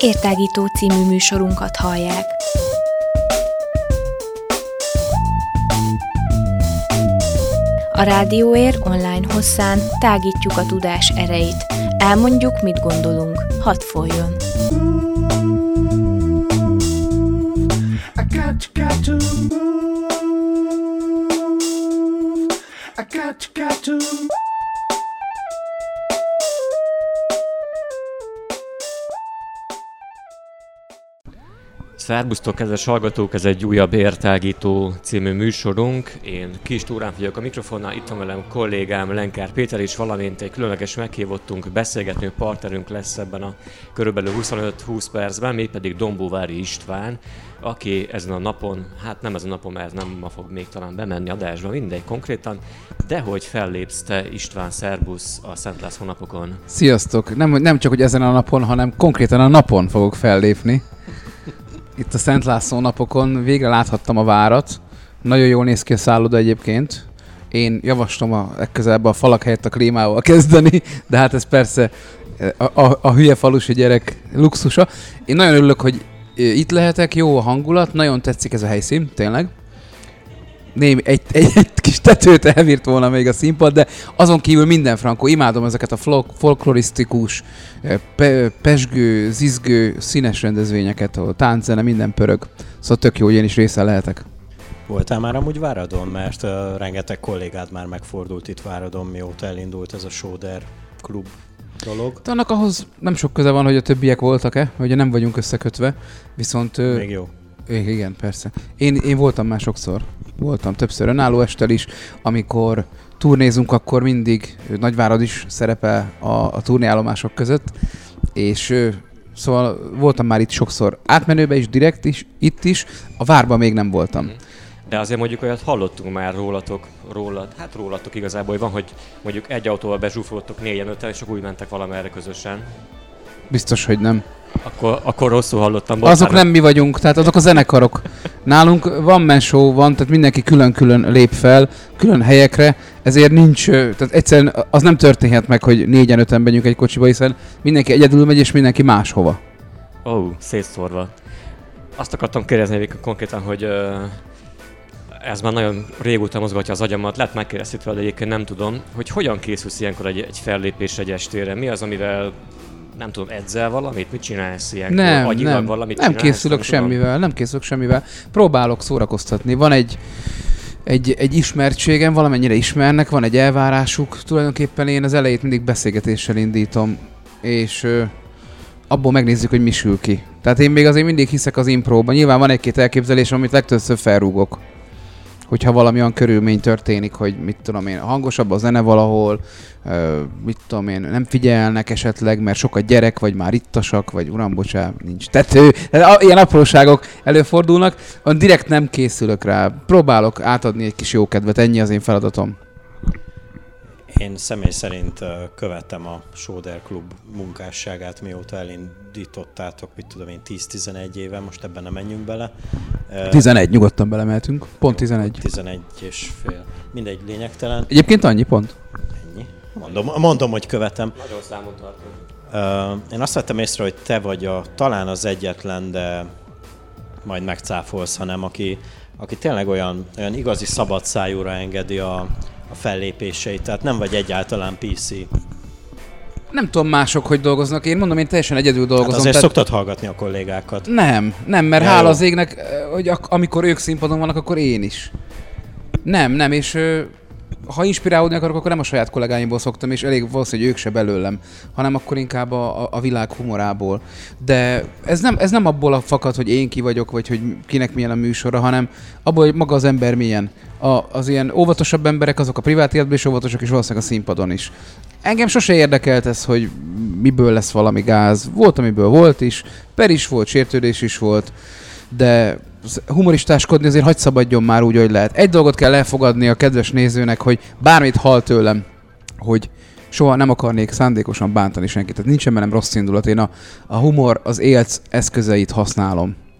Értágító című műsorunkat hallják. A Rádióér online hosszán tágítjuk a tudás erejét. Elmondjuk, mit gondolunk. Hadd folyjon! Szerbusztok, kedves hallgatók! Ez egy újabb Értágító című műsorunk. Én Kis Túrán vagyok a mikrofonnál, itt van velem kollégám Lenkár Péter is, valamint egy különleges meghívottunk, beszélgető partnerünk lesz ebben a körülbelül 25-20 percben, mégpedig Dombóvári István, aki ezen a napon, hát nem ezen a napon, mert nem ma fog még talán bemenni adásba, mindegy konkrétan, de hogy fellépsz te, István, szerbusz a Szent László napokon. Sziasztok! Nem csak, hogy ezen a napon, hanem konkrétan a napon fogok fellépni. Itt a Szent László napokon végre láthattam a várat. Nagyon jól néz ki a szálloda egyébként. Én javaslom legközelebb a falak helyett a klímával kezdeni, de hát ez persze a hülye falusi gyerek luxusa. Én nagyon örülök, hogy itt lehetek, jó a hangulat, nagyon tetszik ez a helyszín, tényleg. Egy kis tetőt elbírt volna még a színpad, de azon kívül minden frankó. Imádom ezeket a folklorisztikus, pezsgő, zizgő, színes rendezvényeket, ahol tánczene, minden pörög. Szóval tök jó, hogy én is része lehetek. Voltál már amúgy Váradon? Mert rengeteg kollégád már megfordult itt Váradon, mióta elindult ez a Sóder klub dolog. De annak ahhoz nem sok köze van, hogy a többiek voltak-e, hogy nem vagyunk összekötve, viszont... Még jó. Igen, persze. Én voltam már sokszor. Voltam többször önálló estel is. Amikor turnézunk, akkor mindig Nagyvárad is szerepel a turnéállomások között. És szóval voltam már itt sokszor átmenőben is, direkt is, itt is. A Várban még nem voltam. De azért mondjuk olyat hallottunk már rólatok igazából, hogy van, hogy mondjuk egy autóval bezsúfolottok 4-5-en, és akkor úgy mentek valamerre közösen. Biztos, hogy nem. Akkor rosszul hallottam. Azok nem mi vagyunk, tehát azok a zenekarok. Nálunk van man show, van, tehát mindenki külön-külön lép fel, külön helyekre, ezért nincs, tehát egyszerűen az nem történhet meg, hogy 4-5-en megyünk egy kocsiba, hiszen mindenki egyedül megy, és mindenki máshova. Szétszórva. Azt akartam kérdezni konkrétan, hogy ez már nagyon régóta mozgatja az agyamat, lehet megkérdezni tőled, egyébként nem tudom, hogy hogyan készülsz ilyenkor egy fellépésre, egy estére, mi az, amivel nem tudom, edzel valamit? Mit csinálsz ilyenkor? Nem készülök semmivel. Próbálok szórakoztatni. Van egy ismertségem, valamennyire ismernek, van egy elvárásuk. Tulajdonképpen én az elejét mindig beszélgetéssel indítom, és abból megnézzük, hogy mi sül ki. Tehát én még azért mindig hiszek az impróban. Nyilván van egy-két elképzelés, amit legtöbbször felrúgok. Hogyha valami olyan körülmény történik, hogy mit tudom én, hangosabb a zene valahol, mit tudom én, nem figyelnek esetleg, mert sok a gyerek, vagy már ittasak, vagy uram, bocsánat, nincs tető. Ilyen apróságok előfordulnak, direkt nem készülök rá. Próbálok átadni egy kis jókedvet, ennyi az én feladatom. Én személy szerint követem a Sóder Klub munkásságát, mióta elindítottátok, mit tudom én, 10-11 éve, most ebben nem menjünk bele. 11, nyugodtan belemeltünk, pont 11. 11 és fél. Mindegy, lényegtelen. Egyébként annyi pont? Ennyi. Mondom, hogy követem. Nagyon számon tartom. Én azt vettem észre, hogy te vagy talán az egyetlen, de majd megcáfolsz, hanem aki tényleg olyan igazi szabadszájúra engedi a fellépéseit, tehát nem vagy egyáltalán PC. Nem tudom mások, hogy dolgoznak. Én mondom, én teljesen egyedül dolgozom. Hát azért szoktad hallgatni a kollégákat. Nem, mert hála az égnek, hogy amikor ők színpadon vannak, akkor én is. Nem, és ha inspirálódni akarok, akkor nem a saját kollégáimból szoktam, és elég valószínű, hogy ők se belőlem, hanem akkor inkább a világ humorából. De ez nem abból fakad, hogy én ki vagyok, vagy hogy kinek milyen a műsora, hanem abból, hogy maga az ember milyen. Az ilyen óvatosabb emberek, azok a privát életben is óvatosak, és valószínűleg a színpadon is. Engem sose érdekelt ez, hogy miből lesz valami gáz. Volt, amiből volt is, per is volt, sértődés is volt, de humoristáskodni azért hagy szabadjon már úgy, hogy lehet. Egy dolgot kell elfogadni a kedves nézőnek, hogy bármit hall tőlem, hogy soha nem akarnék szándékosan bántani senkit. Tehát nincsen bennem rossz indulat. Én a humor, az élt eszközeit használom.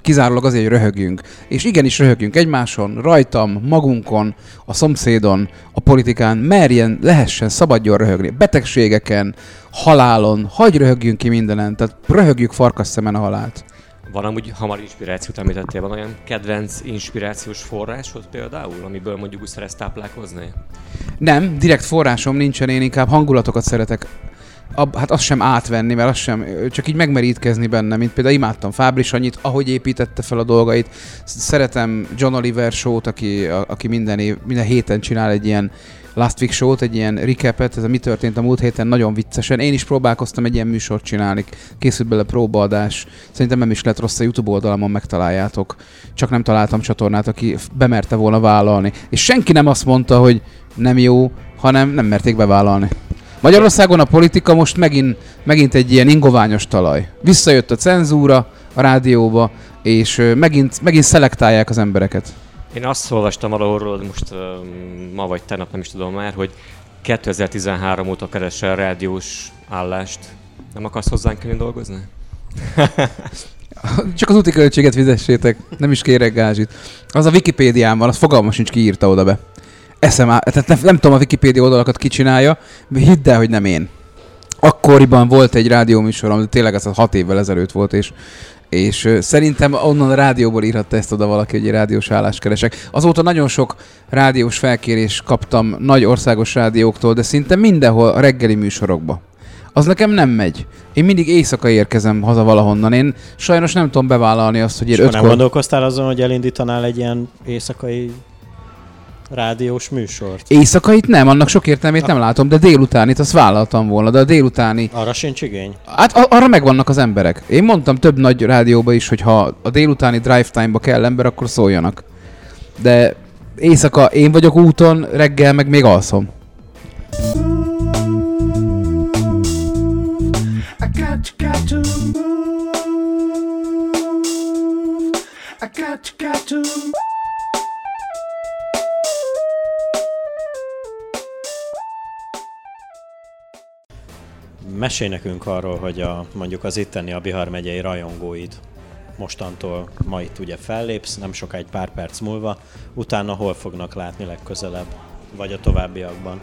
kizárólag azért, hogy röhögjünk. És igenis röhögjünk egymáson, rajtam, magunkon, a szomszédon, a politikán, merjen, lehessen, szabadjon röhögni. Betegségeken, halálon, hagyj röhögjünk ki mindenen, tehát röhögjük farkas szemen a halált. Van amúgy hamar inspirációt említettél, van olyan kedvenc inspirációs forrásod például, amiből mondjuk úgy szeretsz táplálkozni? Nem, direkt forrásom nincsen, én inkább hangulatokat szeretek. Hát azt sem átvenni, mert azt sem, csak így megmerítkezni benne, mint például imádtam Fábri Sanyit, ahogy építette fel a dolgait. Szeretem John Oliver show-t, aki minden héten csinál egy ilyen Last Week show-t, egy ilyen recapet, ez a mi történt a múlt héten, nagyon viccesen. Én is próbálkoztam egy ilyen műsort csinálni, készült bele próbaadás. Szerintem nem is lett rossz, a YouTube oldalamon megtaláljátok. Csak nem találtam csatornát, aki bemerte volna vállalni. És senki nem azt mondta, hogy nem jó, hanem nem merték bevállalni. Magyarországon a politika most megint egy ilyen ingoványos talaj. Visszajött a cenzúra a rádióba, és megint szelektálják az embereket. Én azt olvastam valahol, most ma vagy tegnap, nem is tudom már, hogy 2013 óta keresel rádiós állást. Nem akarsz hozzánk jönni dolgozni? Csak az úti költséget fizessétek, nem is kérek gázsit. Az a Wikipédián van, az fogalma sincs, ki írta oda be. Tehát nem tudom a Wikipédia oldalakat kicsinálja, de hidd el, hogy nem én. Akkoriban volt egy rádióműsorom, de tényleg ez 6 évvel ezelőtt volt, és szerintem onnan a rádióból írhatta ezt oda valaki, hogy egy rádiós állást keresek. Azóta nagyon sok rádiós felkérést kaptam nagy országos rádióktól, de szinte mindenhol a reggeli műsorokba. Az nekem nem megy. Én mindig éjszaka érkezem haza valahonnan. Én sajnos nem tudom bevállalni azt, hogy én 5-kor... nem gondolkoztál azon, hogy elindítanál egy ilyen éjszakai rádiós műsort? Éjszakait nem, annak sok értelmét nem látom, de délutánit azt vállaltam volna, de a délutáni... Arra sincs igény? Hát arra megvannak az emberek. Én mondtam több nagy rádióba is, hogy ha a délutáni drive time-ba kell ember, akkor szóljanak. De éjszaka én vagyok úton, reggel meg még alszom. Mesélj nekünk arról, hogy mondjuk az itteni a Bihar megyei rajongóid mostantól ma itt ugye fellépsz, nem soká, egy pár perc múlva, utána hol fognak látni legközelebb, vagy a továbbiakban?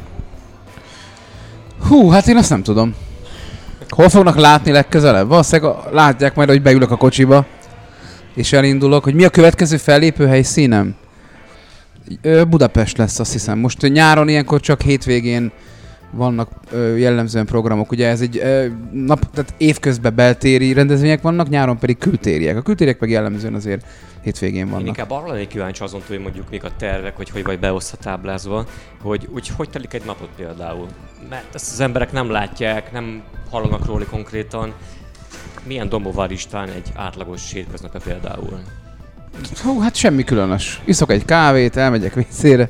Hú, hát én azt nem tudom. Hol fognak látni legközelebb? Valószínűleg látják majd, hogy beülök a kocsiba, és elindulok, hogy mi a következő fellépő helyszínem? Budapest lesz, azt hiszem. Most nyáron ilyenkor csak hétvégén vannak jellemzően programok. Ugye ez egy tehát évközben beltéri rendezvények vannak, nyáron pedig kültériek. A kültériek meg jellemzően azért hétvégén vannak. Én inkább arra lennék kíváncsi azon túl, hogy mondjuk mik a tervek, hogy vagy beosztva táblázva, hogy telik egy napot például. Mert ezt az emberek nem látják, nem hallanak róla konkrétan. Milyen Dombóvár István egy átlagos hétköznape például? Hú, hát semmi különös. Iszok egy kávét, elmegyek vécére.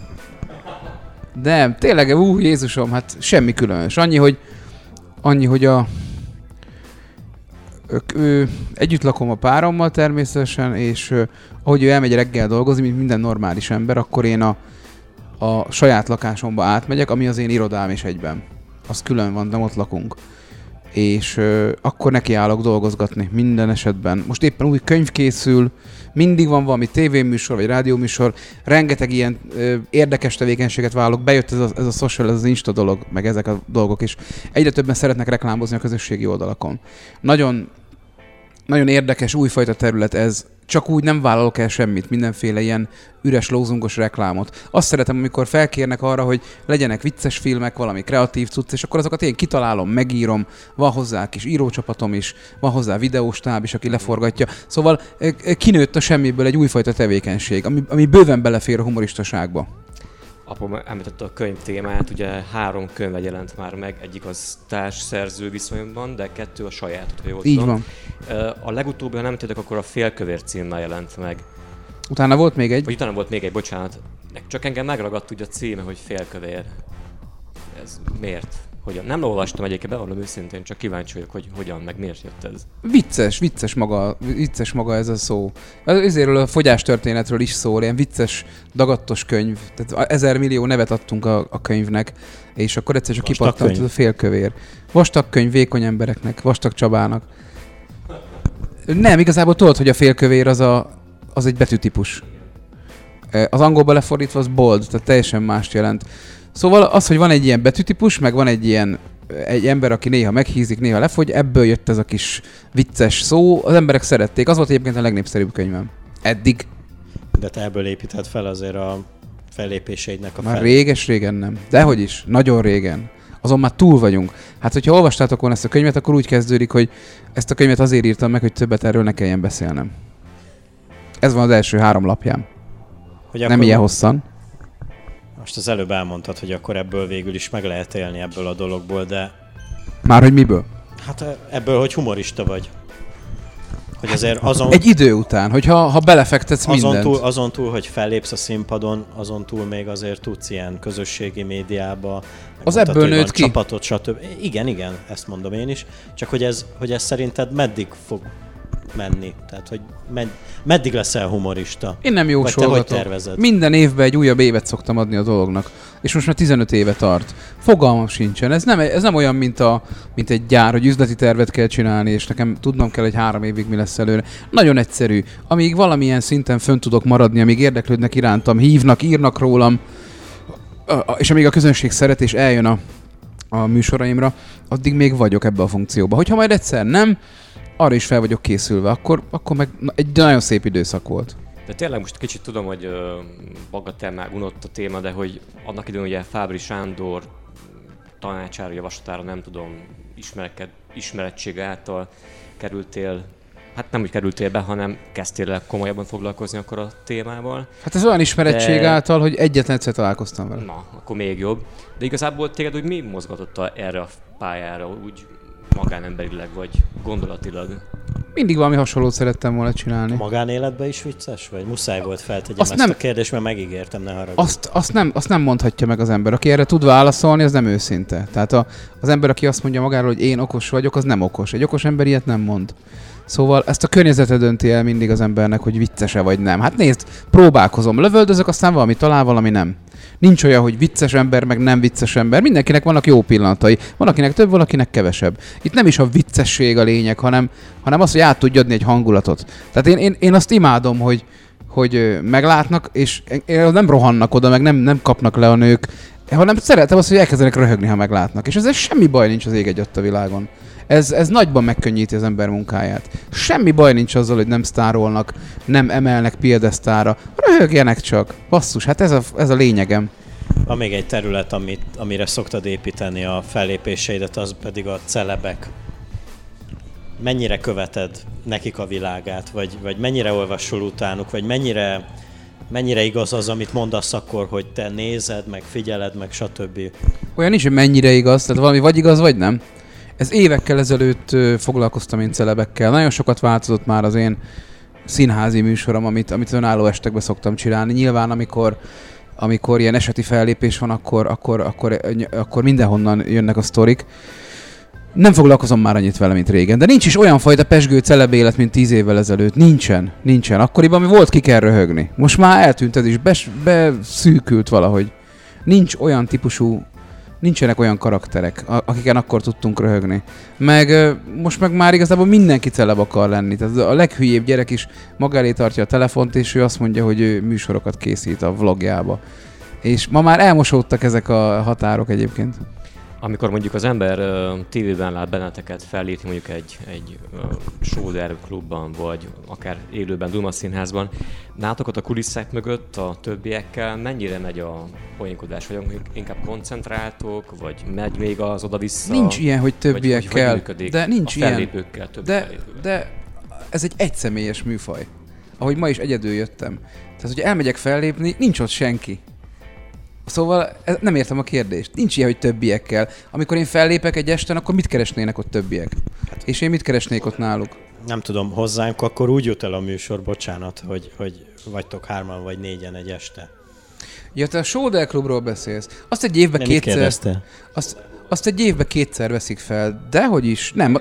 De tényleg, Jézusom, hát semmi különös. Annyi, hogy együtt lakom a párommal természetesen, és ahogy ő elmegy reggel dolgozni, mint minden normális ember, akkor én a saját lakásomba átmegyek, ami az én irodám is egyben. Az külön van, nem ott lakunk. És akkor nekiállok dolgozgatni minden esetben. Most éppen új könyv készül, mindig van valami tévéműsor vagy rádióműsor, rengeteg ilyen érdekes tevékenységet vállalok, bejött ez a social, ez az Insta dolog, meg ezek a dolgok is. Egyre többen szeretnek reklámozni a közösségi oldalakon. Nagyon, nagyon érdekes, újfajta terület ez. Csak úgy nem vállalok el semmit, mindenféle ilyen üres, lózungos reklámot. Azt szeretem, amikor felkérnek arra, hogy legyenek vicces filmek, valami kreatív cucc, és akkor azokat én kitalálom, megírom, van hozzá kis írócsapatom is, van hozzá videóstáb is, aki leforgatja. Szóval kinőtt a semmiből egy újfajta tevékenység, ami bőven belefér a humoristaságba. Apom említette a könyv témát, ugye 3 könyve jelent már meg, egyik az társszerző viszonyban, de 2 a saját, hogy jól így tudom. Van. A legutóbbi, ha nem tudok, akkor a Félkövér címmel jelent meg. Utána volt még egy? Vagy utána volt még egy, bocsánat. Csak engem megragadt ugye a címe, hogy Félkövér. Ez miért? Hogyan? Nem olvastam egyébként, bevallom őszintén, csak kíváncsi vagyok, hogy hogyan, meg miért jött ez. Vicces maga ez a szó. Ezéről a fogyástörténetről is szól, ilyen vicces, dagattos könyv. Tehát 1000 millió nevet adtunk a könyvnek, és akkor egyszer csak kipattant a Félkövér. Vastag könyv vékony embereknek, Vastag Csabának. Nem, igazából tudod, hogy a félkövér az egy betűtípus. Az angolba lefordítva az bold, tehát teljesen mást jelent. Szóval az, hogy van egy ilyen betűtípus, meg van egy ember, aki néha meghízik, néha lefogy, ebből jött ez a kis vicces szó, az emberek szerették. Az volt egyébként a legnépszerűbb könyvem. Eddig. De te ebből építed fel azért a fellépéseidnek a Már régen nem. Dehogy is, nagyon régen. Azon már túl vagyunk. Hát, hogyha olvastátok volna ezt a könyvet, akkor úgy kezdődik, hogy ezt a könyvet azért írtam meg, hogy többet erről ne kelljen beszélnem. Ez van az első 3 lapján. Hogy nem ilyen hosszan. Most az előbb elmondtad, hogy akkor ebből végül is meg lehet élni ebből a dologból, de... Már hogy miből? Hát ebből, hogy humorista vagy. Hogy azért azon... Egy idő után, hogyha belefektetsz mindent. Azon túl, hogy fellépsz a színpadon, azon túl még azért tudsz ilyen közösségi médiába. Az ebből nőtt ki. Csapatot, stb. Igen, ezt mondom én is. Csak hogy ez szerinted meddig fog menni? Tehát, hogy meddig leszel humorista? Én nem jósolgatok. Minden évben egy újabb évet szoktam adni a dolognak. És most már 15 éve tart. Fogalmam sincsen. Ez nem olyan, mint egy gyár, hogy üzleti tervet kell csinálni, és nekem tudnom kell, hogy 3 évig mi lesz előre. Nagyon egyszerű. Amíg valamilyen szinten fönn tudok maradni, amíg érdeklődnek irántam, hívnak, írnak rólam, és amíg a közönség szeret és eljön a műsoraimra, addig még vagyok ebbe a funkcióba. Hogyha majd egyszer nem, arra is fel vagyok készülve, akkor meg egy nagyon szép időszak volt. De tényleg most kicsit tudom, hogy bagatellnál unott a téma, de hogy annak időn ugye Fábry Sándor tanácsára, javaslatára, nem tudom, ismerettség által kerültél, hát nem úgy kerültél be, hanem kezdtél el komolyabban foglalkozni akkor a témával. Hát ez olyan ismerettség által, hogy egyetlen egyszer találkoztam vele. Na, akkor még jobb. De igazából téged úgy mi mozgatotta erre a pályára, úgy magánemberileg vagy gondolatilag? Mindig valami hasonlót szerettem volna csinálni. A magánéletben is vicces vagy? Muszáj volt feltegyem ezt a kérdést, mert megígértem, ne haragudj. Azt nem mondhatja meg az ember. Aki erre tud válaszolni, az nem őszinte. Tehát az ember, aki azt mondja magáról, hogy én okos vagyok, az nem okos. Egy okos ember ilyet nem mond. Szóval ezt a környezete dönti el mindig az embernek, hogy vicces-e vagy nem. Hát nézd, próbálkozom, lövöldözök, aztán valami talál, valami nem. Nincs olyan, hogy vicces ember, meg nem vicces ember. Mindenkinek vannak jó pillanatai. Van, akinek több, valakinek kevesebb. Itt nem is a viccesség a lényeg, hanem az, hogy át tudj adni egy hangulatot. Tehát én azt imádom, hogy meglátnak, és nem rohannak oda, meg nem kapnak le a nők, hanem szeretem azt, hogy elkezdenek röhögni, ha meglátnak. És ezzel semmi baj nincs az ég egyet a világon. Ez nagyban megkönnyíti az ember munkáját. Semmi baj nincs azzal, hogy nem sztárolnak, nem emelnek piedesztára. Röhögjenek csak. Basszus, hát ez a lényegem. Van még egy terület, amire szoktad építeni a fellépéseidet, az pedig a celebek. Mennyire követed nekik a világát, vagy mennyire olvasol utánuk, vagy mennyire igaz az, amit mondasz akkor, hogy te nézed, meg figyeled, meg stb. Olyan nincs, hogy mennyire igaz, tehát valami vagy igaz, vagy nem. Ez évekkel ezelőtt foglalkoztam én celebekkel. Nagyon sokat változott már az én színházi műsorom, amit önálló estekbe szoktam csinálni. Nyilván, amikor ilyen eseti fellépés van, akkor mindenhonnan jönnek a sztorik. Nem foglalkozom már annyit vele, mint régen. De nincs is olyan fajta pesgő celeb élet, mint 10 évvel ezelőtt. Nincsen. Akkoriban mi volt, ki kell röhögni. Most már eltűnt ez is, beszűkült valahogy. Nincsenek olyan karakterek, akiken akkor tudtunk röhögni. Most meg már igazából mindenki celeb akar lenni. Tehát a leghülyébb gyerek is maga elé tartja a telefont, és ő azt mondja, hogy ő műsorokat készít a vlogjába. És ma már elmosódtak ezek a határok egyébként. Amikor mondjuk az ember tévében lát benneteket fellépni mondjuk egy Sóder klubban, vagy akár élőben Duma Színházban, nálatok a kulisszák mögött a többiekkel mennyire megy a poénkodás? Vagy inkább koncentráltok, vagy megy még az oda-vissza? Nincs ilyen, hogy többiekkel, de nincs ilyen. Fellépőkkel, de ez egy egyszemélyes műfaj. Ahogy ma is egyedül jöttem. Tehát, hogy elmegyek fellépni, nincs ott senki. Szóval nem értem a kérdést. Nincs ilyen, hogy többiekkel. Amikor én fellépek egy esten, akkor mit keresnének ott többiek? És én mit keresnék ott náluk? Nem tudom, hozzánk akkor úgy jut el a műsor, bocsánat, hogy vagytok 3-an vagy 4-en egy este. Ja, te a Sóder Klubról beszélsz. Azt egy évben kétszer... Azt egy évben kétszer veszik fel. Dehogy is. Nem.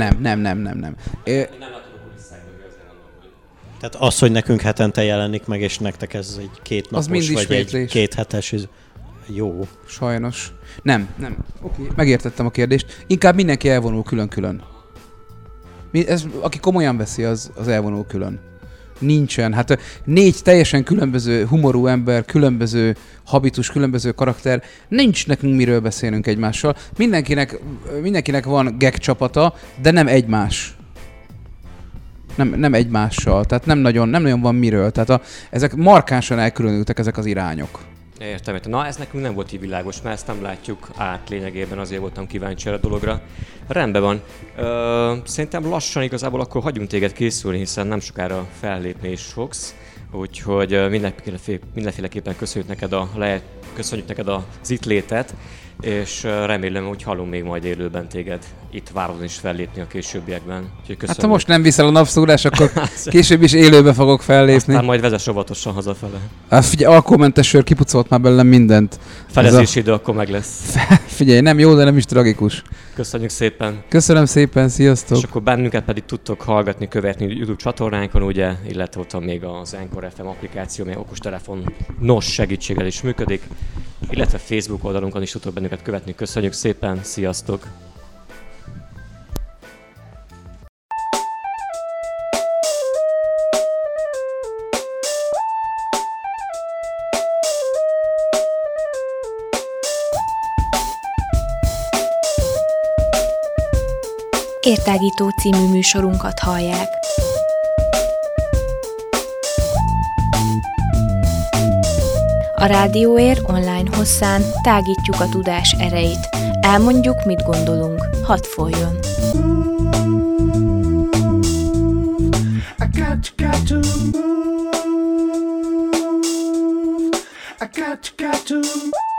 Tehát az, hogy nekünk hetente jelenik meg, és nektek ez egy 2 napos, vagy egy 2 hetes, jó. Sajnos. Nem. Oké, megértettem a kérdést. Inkább mindenki elvonul külön-külön. Aki komolyan veszi, az elvonul külön. Nincsen. Hát 4 teljesen különböző humorú ember, különböző habitus, különböző karakter. Nincs nekünk miről beszélnünk egymással. Mindenkinek van gag csapata, de nem egymás. Nem egymással. Tehát nem nagyon van miről. Tehát ezek markánsan elkülönültek ezek az irányok. Értem. Na, ez nekünk nem volt így világos, mert ezt nem látjuk át lényegében, azért voltam kíváncsi erre a dologra. Rendben van. Szerintem lassan igazából akkor hagyjunk téged készülni, hiszen nem sokára fellépni is fogsz. Úgyhogy mindenféleképpen köszönjük neked az itt létet, és remélem, hogy hallunk még majd élőben téged itt Váradon is fellépni a későbbiekben. Hát ha most nem viszel a napszórás, akkor később is élőbe fogok fellépni. Aztán majd vezess óvatosan hazafele. Hát figyelj, alkoholmentes sör kipucolt már belőlem mindent. Felezési idő akkor meg lesz. Figyelj, nem jó, de nem is tragikus. Köszönjük szépen. Köszönöm szépen, sziasztok. És akkor bennünket pedig tudtok hallgatni, követni YouTube csatornánkon, ugye, illetve ott van még az Anchor FM applikáció, mely okostelefonos segítséggel is működik, illetve Facebook oldalunkon is tudtok bennünket követni. Köszönjük szépen, sziasztok! Értágító című műsorunkat hallják. A Rádióér online hosszán tágítjuk a tudás erejét. Elmondjuk, mit gondolunk. Hadd folyjon! I got to